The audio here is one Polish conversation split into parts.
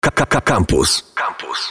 Campus.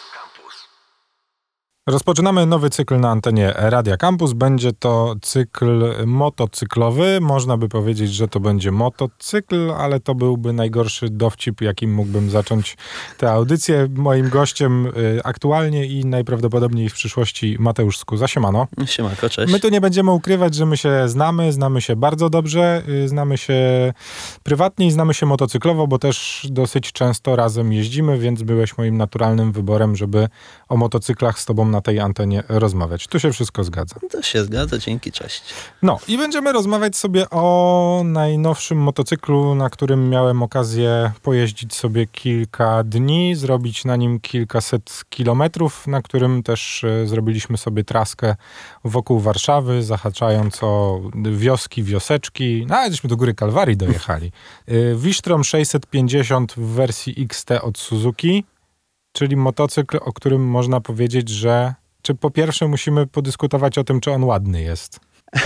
Rozpoczynamy nowy cykl na antenie Radia Campus. Będzie to cykl motocyklowy. Można by powiedzieć, że to będzie motocykl, ale to byłby najgorszy dowcip, jakim mógłbym zacząć tę audycję. Moim gościem aktualnie i najprawdopodobniej w przyszłości Mateusz Skuza. Siemano. Siemanko, cześć. My tu nie będziemy ukrywać, że my się znamy się bardzo dobrze, znamy się prywatnie i znamy się motocyklowo, bo też dosyć często razem jeździmy, więc byłeś moim naturalnym wyborem, żeby o motocyklach z tobą na tej antenie rozmawiać. Tu się wszystko zgadza. To się zgadza, dzięki, cześć. No i będziemy rozmawiać sobie o najnowszym motocyklu, na którym miałem okazję pojeździć sobie kilka dni, zrobić na nim kilkaset kilometrów, na którym też zrobiliśmy sobie traskę wokół Warszawy, zahaczając o wioski, wioseczki, nawet żeśmy do Góry Kalwarii dojechali. Vistrom 650 w wersji XT od Suzuki, czyli motocykl, o którym można powiedzieć, że czy po pierwsze musimy podyskutować o tym, czy on ładny jest.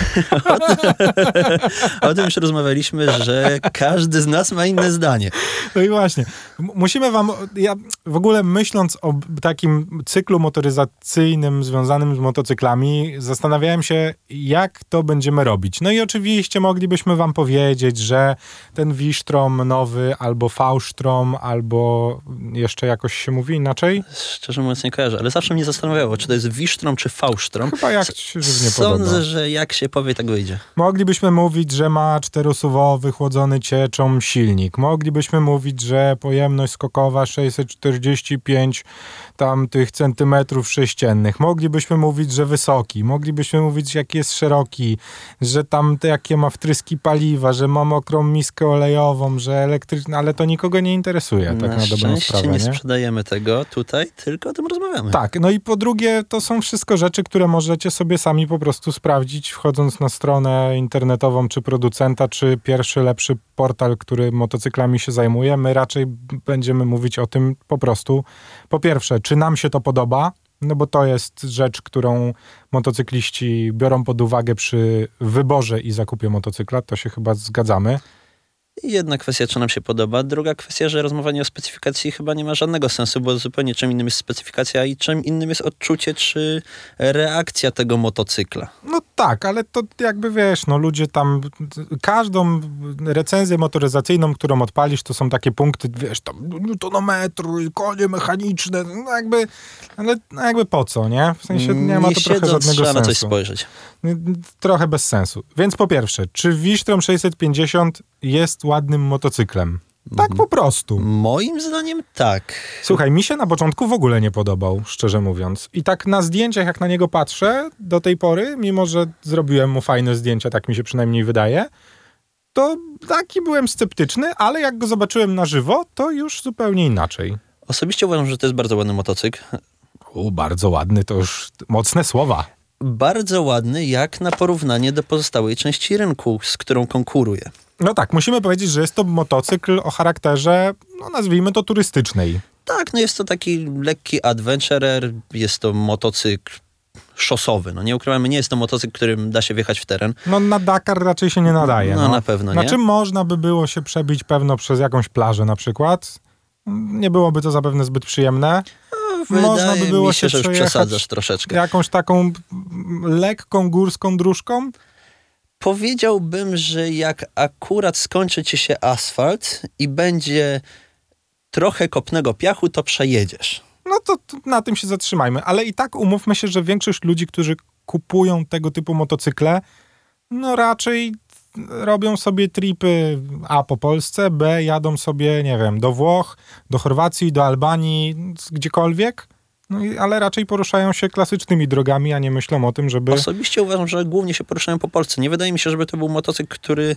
O tym już rozmawialiśmy, że każdy z nas ma inne zdanie. No i właśnie. Musimy wam... Ja w ogóle myśląc o takim cyklu motoryzacyjnym związanym z motocyklami, zastanawiałem się, jak to będziemy robić. No i oczywiście moglibyśmy wam powiedzieć, że ten Vistrom nowy, albo V-Strom, albo jeszcze jakoś się mówi inaczej. Szczerze mówiąc nie kojarzę, ale zawsze mnie zastanawiało, czy to jest Vistrom, czy V-Strom. Chyba jak się żywnie podoba. Sądzę, że jak się powie, tak wyjdzie. Moglibyśmy mówić, że ma czterosuwowy, chłodzony cieczą silnik. Moglibyśmy mówić, że pojemność skokowa 645 tam tych centymetrów sześciennych. Moglibyśmy mówić, że wysoki. Moglibyśmy mówić, jaki jest szeroki, że tam jakie ma wtryski paliwa, że ma mokrą miskę olejową, że elektryczna, ale to nikogo nie interesuje, tak na dobrą sprawę. Nie sprzedajemy tego tutaj, tylko o tym rozmawiamy. Tak, no i po drugie, to są wszystko rzeczy, które możecie sobie sami po prostu sprawdzić, wchodząc na stronę internetową, czy producenta, czy pierwszy lepszy portal, który motocyklami się zajmuje. My raczej będziemy mówić o tym po prostu. Po pierwsze, czy nam się to podoba? No bo to jest rzecz, którą motocykliści biorą pod uwagę przy wyborze i zakupie motocykla. To się chyba zgadzamy. Jedna kwestia, czy nam się podoba. Druga kwestia, że rozmawianie o specyfikacji chyba nie ma żadnego sensu, bo zupełnie czym innym jest specyfikacja i czym innym jest odczucie czy reakcja tego motocykla. No tak, ale to jakby wiesz, no ludzie tam, każdą recenzję motoryzacyjną, którą odpalisz, to są takie punkty, wiesz, tam newtonometr, konie mechaniczne, no jakby po co, nie? W sensie nie ma to trochę żadnego sensu. Na coś spojrzeć. Trochę bez sensu. Więc po pierwsze, czy Vistrom 650 jest ładnym motocyklem? Tak po prostu. Moim zdaniem tak. Słuchaj, mi się na początku w ogóle nie podobał, szczerze mówiąc. I tak na zdjęciach, jak na niego patrzę do tej pory, mimo że zrobiłem mu fajne zdjęcia, tak mi się przynajmniej wydaje, to taki byłem sceptyczny, ale jak go zobaczyłem na żywo, to już zupełnie inaczej. Osobiście uważam, że to jest bardzo ładny motocykl. Bardzo ładny, to już mocne słowa. Bardzo ładny jak na porównanie do pozostałej części rynku, z którą konkuruje. No tak, musimy powiedzieć, że jest to motocykl o charakterze, no nazwijmy to turystycznej. Tak, no jest to taki lekki adventurer, jest to motocykl szosowy. No nie ukrywamy, nie jest to motocykl, którym da się wjechać w teren. No na Dakar raczej się nie nadaje. No na pewno nie. Znaczy można by było się przebić pewno przez jakąś plażę na przykład. Nie byłoby to zapewne zbyt przyjemne. Można by było się, że już przesadzasz troszeczkę. Jakąś taką lekką górską dróżką? Powiedziałbym, że jak akurat skończy ci się asfalt i będzie trochę kopnego piachu, to przejedziesz. No to na tym się zatrzymajmy. Ale i tak umówmy się, że większość ludzi, którzy kupują tego typu motocykle, no raczej robią sobie tripy A po Polsce, B jadą sobie, nie wiem, do Włoch, do Chorwacji, do Albanii, gdziekolwiek. No ale raczej poruszają się klasycznymi drogami, a nie myślą o tym, żeby... Osobiście uważam, że głównie się poruszają po Polsce. Nie wydaje mi się, żeby to był motocykl, który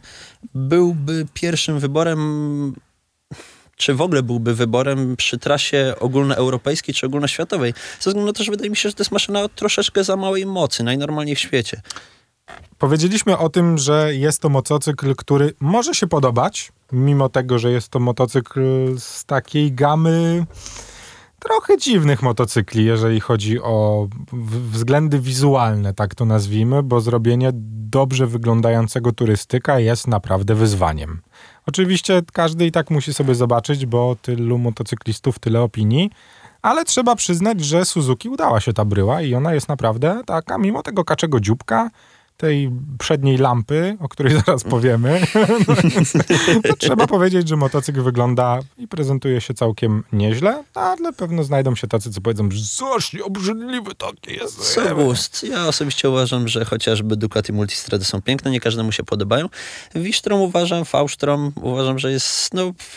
byłby pierwszym wyborem, czy w ogóle byłby wyborem przy trasie ogólnoeuropejskiej czy ogólnoświatowej. Ze względu na to, że wydaje mi się, że to jest maszyna o troszeczkę za małej mocy, najnormalniej w świecie. Powiedzieliśmy o tym, że jest to motocykl, który może się podobać, mimo tego, że jest to motocykl z takiej gamy trochę dziwnych motocykli, jeżeli chodzi o względy wizualne, tak to nazwijmy, bo zrobienie dobrze wyglądającego turystyka jest naprawdę wyzwaniem. Oczywiście każdy i tak musi sobie zobaczyć, bo tylu motocyklistów, tyle opinii, ale trzeba przyznać, że Suzuki udała się ta bryła i ona jest naprawdę taka, mimo tego kaczego dzióbka, tej przedniej lampy, o której zaraz powiemy, no, trzeba powiedzieć, że motocykl wygląda i prezentuje się całkiem nieźle, ale pewno znajdą się tacy, co powiedzą, że strasznie obrzydliwy taki jest. Co gust. Ja osobiście uważam, że chociażby Ducati Multistrady są piękne, nie każdemu się podobają. V-Strom uważam, V-Strom uważam, że jest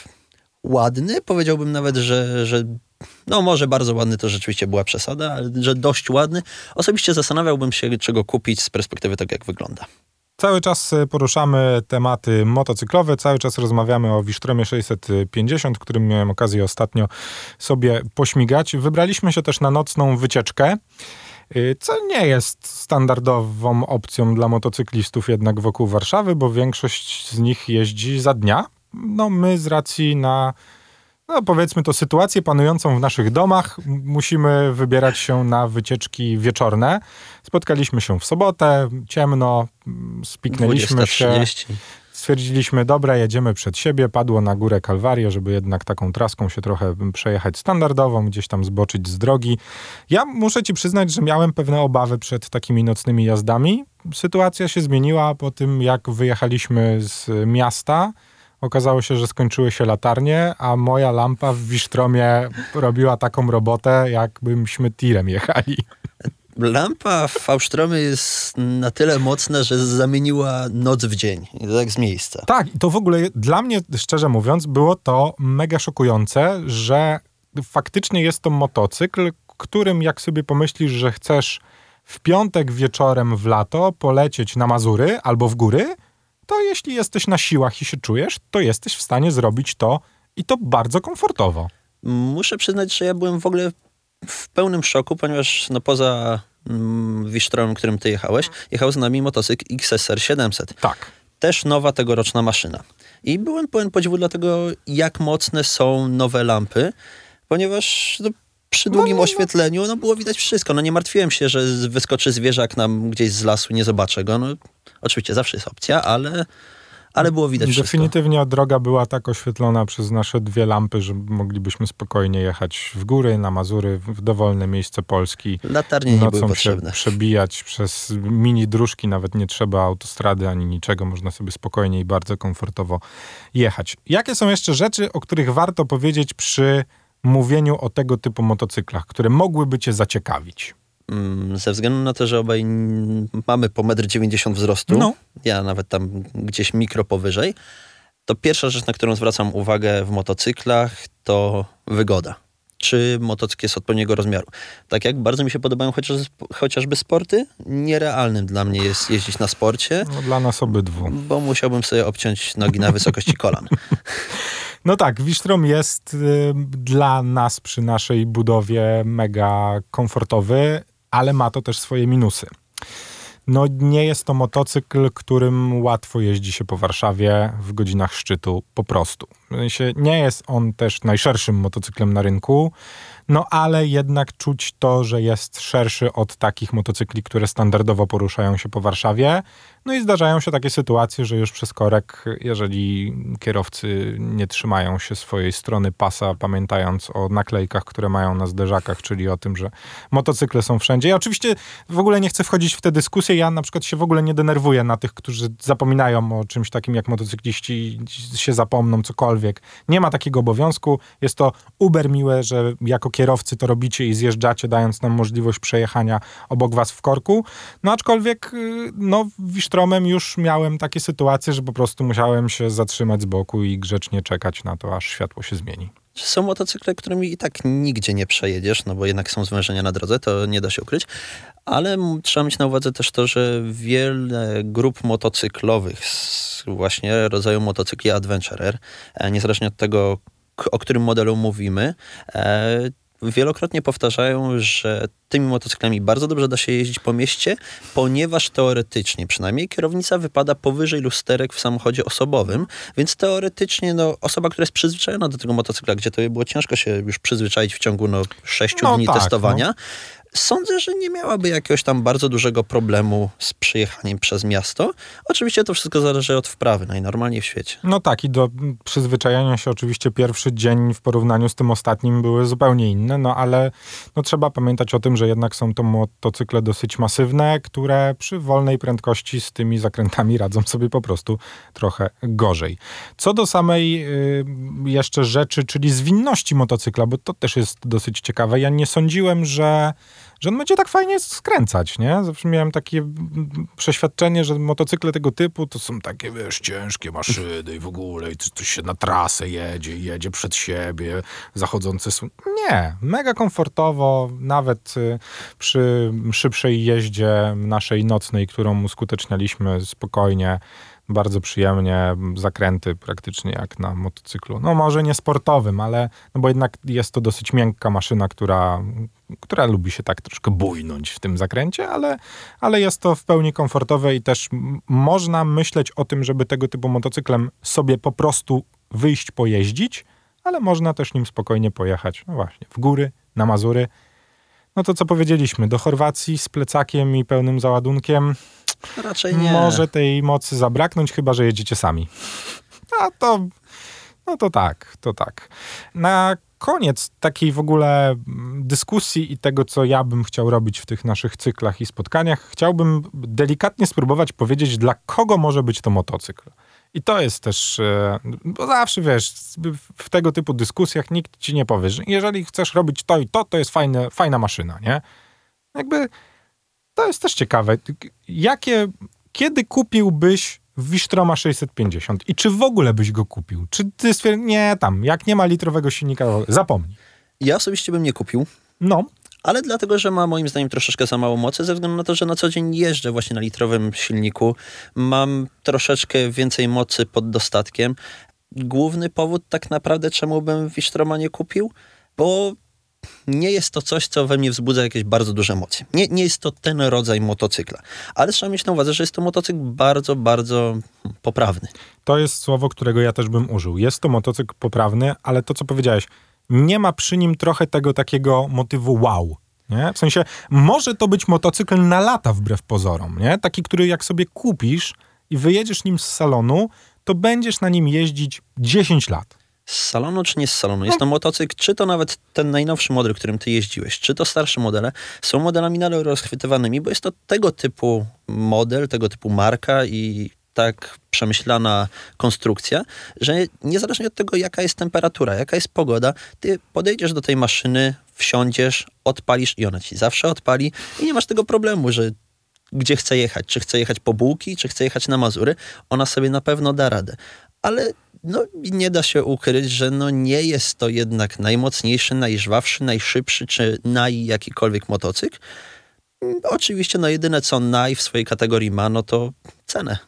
ładny. Powiedziałbym nawet, że może bardzo ładny to rzeczywiście była przesada, ale że dość ładny. Osobiście zastanawiałbym się, czego kupić z perspektywy tak, jak wygląda. Cały czas poruszamy tematy motocyklowe, cały czas rozmawiamy o V-Stromie 650, którym miałem okazję ostatnio sobie pośmigać. Wybraliśmy się też na nocną wycieczkę, co nie jest standardową opcją dla motocyklistów jednak wokół Warszawy, bo większość z nich jeździ za dnia. No my z racji na powiedzmy to sytuację panującą w naszych domach, musimy wybierać się na wycieczki wieczorne. Spotkaliśmy się w sobotę, ciemno, spiknęliśmy się, stwierdziliśmy, dobra, jedziemy przed siebie, padło na górę Kalwarię, żeby jednak taką traską się trochę przejechać standardową, gdzieś tam zboczyć z drogi. Ja muszę ci przyznać, że miałem pewne obawy przed takimi nocnymi jazdami. Sytuacja się zmieniła po tym, jak wyjechaliśmy z miasta. Okazało się, że skończyły się latarnie, a moja lampa w V-Stromie robiła taką robotę, jakbyśmy tirem jechali. Lampa w V-Stromie jest na tyle mocna, że zamieniła noc w dzień. Tak z miejsca. Tak, i to w ogóle dla mnie, szczerze mówiąc, było to mega szokujące, że faktycznie jest to motocykl, którym jak sobie pomyślisz, że chcesz w piątek wieczorem w lato polecieć na Mazury albo w góry, to jeśli jesteś na siłach i się czujesz, to jesteś w stanie zrobić to i to bardzo komfortowo. Muszę przyznać, że ja byłem w ogóle w pełnym szoku, ponieważ poza V-Stromem, którym ty jechałeś, jechał z nami motocykl XSR 700. Tak. Też nowa tegoroczna maszyna. I byłem pełen podziwu dlatego, jak mocne są nowe lampy, ponieważ przy długim oświetleniu było widać wszystko. Nie martwiłem się, że wyskoczy zwierzak nam gdzieś z lasu, nie zobaczę go. Oczywiście zawsze jest opcja, ale było widać wszystko. Definitywnie droga była tak oświetlona przez nasze dwie lampy, że moglibyśmy spokojnie jechać w góry, na Mazury, w dowolne miejsce Polski. Latarnie nie były potrzebne. Się przebijać przez mini dróżki, nawet nie trzeba autostrady ani niczego, można sobie spokojnie i bardzo komfortowo jechać. Jakie są jeszcze rzeczy, o których warto powiedzieć przy mówieniu o tego typu motocyklach, które mogłyby cię zaciekawić? Ze względu na to, że obaj mamy po 1,90 m wzrostu, ja nawet tam gdzieś mikro powyżej, to pierwsza rzecz, na którą zwracam uwagę w motocyklach, to wygoda. Czy motocykl jest odpowiedniego rozmiaru. Tak jak bardzo mi się podobają chociażby sporty, nierealnym dla mnie jest jeździć na sporcie. Dla nas obydwu. Bo musiałbym sobie obciąć nogi na wysokości kolan. No tak, V-Strom jest dla nas przy naszej budowie mega komfortowy, ale ma to też swoje minusy. Nie jest to motocykl, którym łatwo jeździ się po Warszawie w godzinach szczytu po prostu. Nie jest on też najszerszym motocyklem na rynku, ale jednak czuć to, że jest szerszy od takich motocykli, które standardowo poruszają się po Warszawie. I zdarzają się takie sytuacje, że już przez korek, jeżeli kierowcy nie trzymają się swojej strony pasa, pamiętając o naklejkach, które mają na zderzakach, czyli o tym, że motocykle są wszędzie. Ja oczywiście w ogóle nie chcę wchodzić w tę dyskusję. Ja na przykład się w ogóle nie denerwuję na tych, którzy zapominają o czymś takim, jak motocykliści się zapomną, cokolwiek. Nie ma takiego obowiązku. Jest to uber miłe, że jako kierowcy to robicie i zjeżdżacie, dając nam możliwość przejechania obok was w korku. Aczkolwiek V-Stromem już miałem takie sytuacje, że po prostu musiałem się zatrzymać z boku i grzecznie czekać na to, aż światło się zmieni. Są motocykle, którymi i tak nigdzie nie przejedziesz, bo jednak są zwężenia na drodze, to nie da się ukryć, ale trzeba mieć na uwadze też to, że wiele grup motocyklowych z właśnie rodzaju motocykli Adventurer, niezależnie od tego, o którym modelu mówimy, wielokrotnie powtarzają, że tymi motocyklami bardzo dobrze da się jeździć po mieście, ponieważ teoretycznie przynajmniej kierownica wypada powyżej lusterek w samochodzie osobowym, więc teoretycznie osoba, która jest przyzwyczajona do tego motocykla, gdzie to było ciężko się już przyzwyczaić w ciągu 6 dni testowania, Sądzę, że nie miałaby jakiegoś tam bardzo dużego problemu z przejechaniem przez miasto. Oczywiście to wszystko zależy od wprawy, najnormalniej w świecie. No tak, i do przyzwyczajenia się oczywiście pierwszy dzień w porównaniu z tym ostatnim były zupełnie inne, no ale no, trzeba pamiętać o tym, że jednak są to motocykle dosyć masywne, które przy wolnej prędkości z tymi zakrętami radzą sobie po prostu trochę gorzej. Co do samej jeszcze rzeczy, czyli zwinności motocykla, bo to też jest dosyć ciekawe. Ja nie sądziłem, że on będzie tak fajnie skręcać, nie? Zawsze miałem takie przeświadczenie, że motocykle tego typu to są takie, wiesz, ciężkie maszyny i w ogóle i coś się na trasę jedzie przed siebie, zachodzące są... Nie, mega komfortowo, nawet przy szybszej jeździe naszej nocnej, którą uskutecznialiśmy spokojnie, bardzo przyjemnie, zakręty praktycznie jak na motocyklu. No może nie sportowym, ale no bo jednak jest to dosyć miękka maszyna, która lubi się tak troszkę bujnąć w tym zakręcie, ale jest to w pełni komfortowe i też można myśleć o tym, żeby tego typu motocyklem sobie po prostu wyjść pojeździć, ale można też nim spokojnie pojechać, no właśnie, w góry, na Mazury. No to co powiedzieliśmy, do Chorwacji z plecakiem i pełnym załadunkiem raczej nie. Może tej mocy zabraknąć, chyba że jedziecie sami. To tak. Na koniec takiej w ogóle dyskusji i tego, co ja bym chciał robić w tych naszych cyklach i spotkaniach, chciałbym delikatnie spróbować powiedzieć, dla kogo może być to motocykl. I to jest też, bo zawsze wiesz, w tego typu dyskusjach nikt ci nie powie, że jeżeli chcesz robić to i to jest fajna maszyna, nie? Jakby to jest też ciekawe. Kiedy kupiłbyś Wistroma 650 i czy w ogóle byś go kupił? Czy ty stwierdzisz, nie, jak nie ma litrowego silnika, zapomnij. Ja osobiście bym nie kupił. No. Ale dlatego, że ma moim zdaniem troszeczkę za mało mocy, ze względu na to, że na co dzień jeżdżę właśnie na litrowym silniku. Mam troszeczkę więcej mocy pod dostatkiem. Główny powód tak naprawdę, czemu bym Wistroma nie kupił, bo nie jest to coś, co we mnie wzbudza jakieś bardzo duże emocje. Nie jest to ten rodzaj motocykla. Ale trzeba mieć na uwadze, że jest to motocykl bardzo, bardzo poprawny. To jest słowo, którego ja też bym użył. Jest to motocykl poprawny, ale to, co powiedziałeś, nie ma przy nim trochę tego takiego motywu wow. Nie? W sensie, może to być motocykl na lata wbrew pozorom. Nie? Taki, który jak sobie kupisz i wyjedziesz nim z salonu, to będziesz na nim jeździć 10 lat. Z salonu czy nie z salonu? Jest to motocykl, czy to nawet ten najnowszy model, którym ty jeździłeś, czy to starsze modele, są modelami nadal rozchwytywanymi, bo jest to tego typu model, tego typu marka i tak przemyślana konstrukcja, że niezależnie od tego, jaka jest temperatura, jaka jest pogoda, ty podejdziesz do tej maszyny, wsiądziesz, odpalisz i ona ci zawsze odpali i nie masz tego problemu, że gdzie chce jechać, czy chce jechać po bułki, czy chce jechać na Mazury, ona sobie na pewno da radę. Ale nie da się ukryć, że nie jest to jednak najmocniejszy, najżwawszy, najszybszy, czy jakikolwiek motocykl. Oczywiście jedyne co w swojej kategorii ma, to cenę.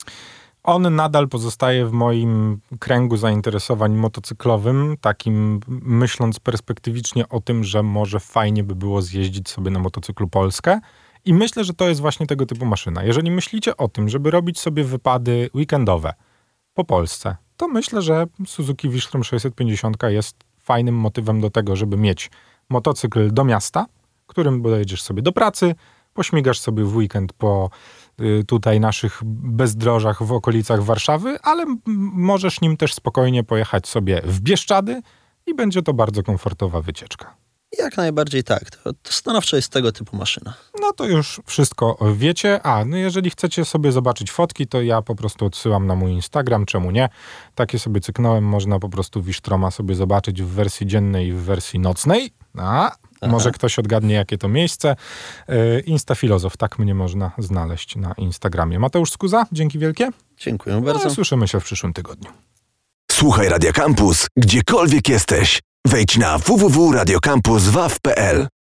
On nadal pozostaje w moim kręgu zainteresowań motocyklowym, takim myśląc perspektywicznie o tym, że może fajnie by było zjeździć sobie na motocyklu Polskę. I myślę, że to jest właśnie tego typu maszyna. Jeżeli myślicie o tym, żeby robić sobie wypady weekendowe po Polsce, to myślę, że Suzuki Vistrom 650 jest fajnym motywem do tego, żeby mieć motocykl do miasta, którym dojedziesz sobie do pracy, pośmigasz sobie w weekend po tutaj naszych bezdrożach w okolicach Warszawy, ale możesz nim też spokojnie pojechać sobie w Bieszczady i będzie to bardzo komfortowa wycieczka. Jak najbardziej tak. To stanowczo jest tego typu maszyna. No to już wszystko wiecie. Jeżeli chcecie sobie zobaczyć fotki, to ja po prostu odsyłam na mój Instagram. Czemu nie? Takie sobie cyknąłem. Można po prostu Wistroma sobie zobaczyć w wersji dziennej i w wersji nocnej. Może ktoś odgadnie, jakie to miejsce. Instafilozof, tak mnie można znaleźć na Instagramie. Mateusz Skuza, dzięki wielkie. Dziękuję bardzo. Słyszymy się w przyszłym tygodniu. Słuchaj Radia Campus, gdziekolwiek jesteś. Wejdź na www.radiocampus.waw.pl.